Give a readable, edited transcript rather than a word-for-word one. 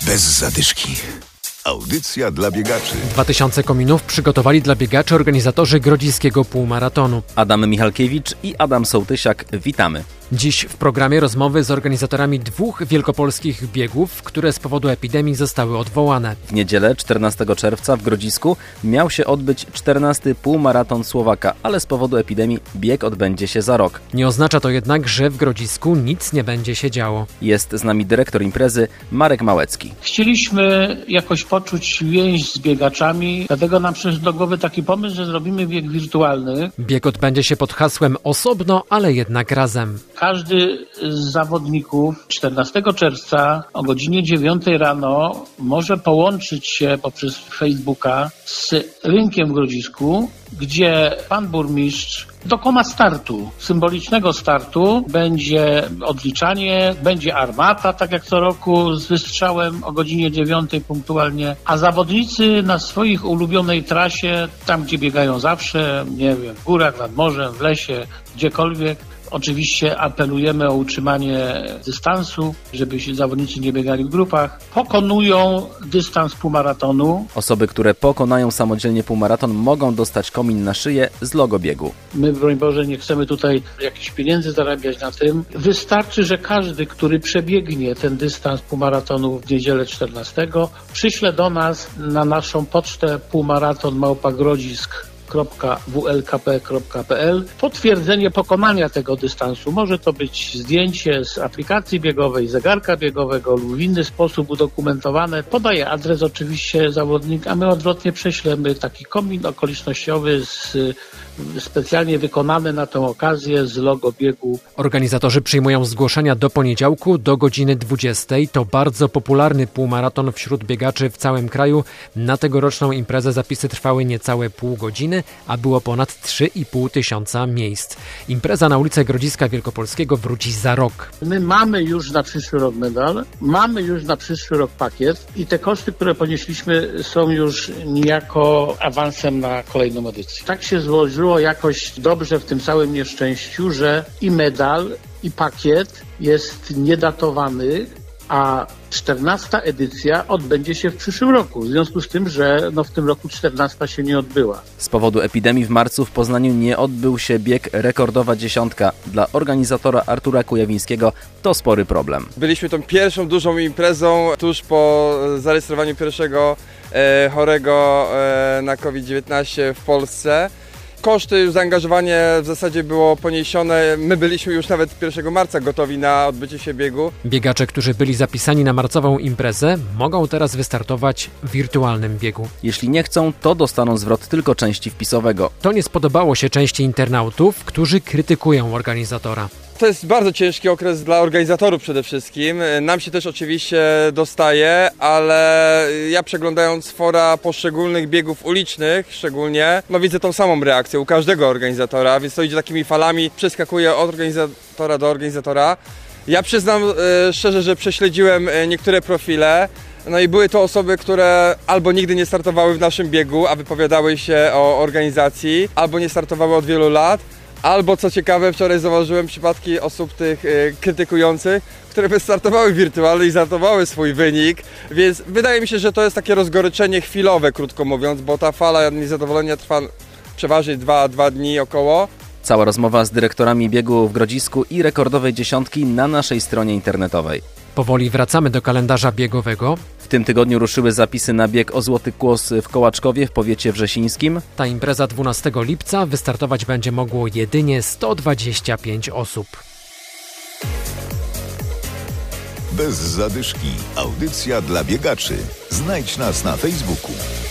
Bez zadyszki. Audycja dla biegaczy. 2000 kominów przygotowali dla biegaczy organizatorzy grodziskiego półmaratonu. Adam Michalkiewicz i Adam Sołtysiak, witamy. Dziś w programie rozmowy z organizatorami dwóch wielkopolskich biegów, które z powodu epidemii zostały odwołane. W niedzielę 14 czerwca w Grodzisku miał się odbyć 14. półmaraton Słowaka, ale z powodu epidemii bieg odbędzie się za rok. Nie oznacza to jednak, że w Grodzisku nic nie będzie się działo. Jest z nami dyrektor imprezy Marek Małecki. Chcieliśmy jakoś poczuć więź z biegaczami, dlatego nam przyszedł do głowy taki pomysł, że zrobimy bieg wirtualny. Bieg odbędzie się pod hasłem osobno, ale jednak razem. Każdy z zawodników 14 czerwca o godzinie 9 rano może połączyć się poprzez Facebooka z rynkiem w Grodzisku, gdzie pan burmistrz dokona startu, symbolicznego startu. Będzie odliczanie, będzie armata, tak jak co roku, z wystrzałem o godzinie 9 punktualnie, a zawodnicy na swoich ulubionej trasie, tam gdzie biegają zawsze, nie wiem, w górach, nad morzem, w lesie, gdziekolwiek. Oczywiście apelujemy o utrzymanie dystansu, żeby się zawodnicy nie biegali w grupach. Pokonują dystans półmaratonu. Osoby, które pokonają samodzielnie półmaraton, mogą dostać komin na szyję z logo biegu. My, broń Boże, nie chcemy tutaj jakichś pieniędzy zarabiać na tym. Wystarczy, że każdy, który przebiegnie ten dystans półmaratonu w niedzielę 14, przyśle do nas na naszą pocztę półmaraton@grodzisk.wlkp.pl potwierdzenie pokonania tego dystansu. Może to być zdjęcie z aplikacji biegowej, zegarka biegowego lub w inny sposób udokumentowane. Podaje adres oczywiście zawodnik, a my odwrotnie prześlemy taki komin okolicznościowy specjalnie wykonany na tę okazję z logo biegu. Organizatorzy przyjmują zgłoszenia do poniedziałku do godziny 20. To bardzo popularny półmaraton wśród biegaczy w całym kraju. Na tegoroczną imprezę zapisy trwały niecałe pół godziny, a było ponad 3,5 tysiąca miejsc. Impreza na ulicę Grodziska Wielkopolskiego wróci za rok. My mamy już na przyszły rok medal, mamy już na przyszły rok pakiet i te koszty, które ponieśliśmy, są już niejako awansem na kolejną edycję. Tak się złożyło jakoś dobrze w tym całym nieszczęściu, że i medal, i pakiet jest niedatowany, a 14. edycja odbędzie się w przyszłym roku, w związku z tym, że w tym roku 14 się nie odbyła. Z powodu epidemii w marcu w Poznaniu nie odbył się bieg Rekordowa Dziesiątka. Dla organizatora Artura Kujawińskiego to spory problem. Byliśmy tą pierwszą dużą imprezą tuż po zarejestrowaniu pierwszego chorego na COVID-19 w Polsce. Koszty, zaangażowanie w zasadzie było poniesione. My byliśmy już nawet 1 marca gotowi na odbycie się biegu. Biegacze, którzy byli zapisani na marcową imprezę, mogą teraz wystartować w wirtualnym biegu. Jeśli nie chcą, to dostaną zwrot tylko części wpisowego. To nie spodobało się części internautów, którzy krytykują organizatora. To jest bardzo ciężki okres dla organizatorów przede wszystkim. Nam się też oczywiście dostaje, ale ja przeglądając fora poszczególnych biegów ulicznych szczególnie, widzę tą samą reakcję u każdego organizatora, więc to idzie takimi falami, przeskakuje od organizatora do organizatora. Ja przyznam szczerze, że prześledziłem niektóre profile, i były to osoby, które albo nigdy nie startowały w naszym biegu, a wypowiadały się o organizacji, albo nie startowały od wielu lat. Albo, co ciekawe, wczoraj zauważyłem przypadki osób tych krytykujących, które wystartowały wirtualnie i zanotowały swój wynik, więc wydaje mi się, że to jest takie rozgoryczenie chwilowe, krótko mówiąc, bo ta fala niezadowolenia trwa przeważnie 2 dni około. Cała rozmowa z dyrektorami biegu w Grodzisku i Rekordowej Dziesiątki na naszej stronie internetowej. Powoli wracamy do kalendarza biegowego. W tym tygodniu ruszyły zapisy na bieg o Złoty Kłos w Kołaczkowie w powiecie wrzesińskim. Ta impreza 12 lipca wystartować będzie mogło jedynie 125 osób. Bez zadyszki. Audycja dla biegaczy. Znajdź nas na Facebooku.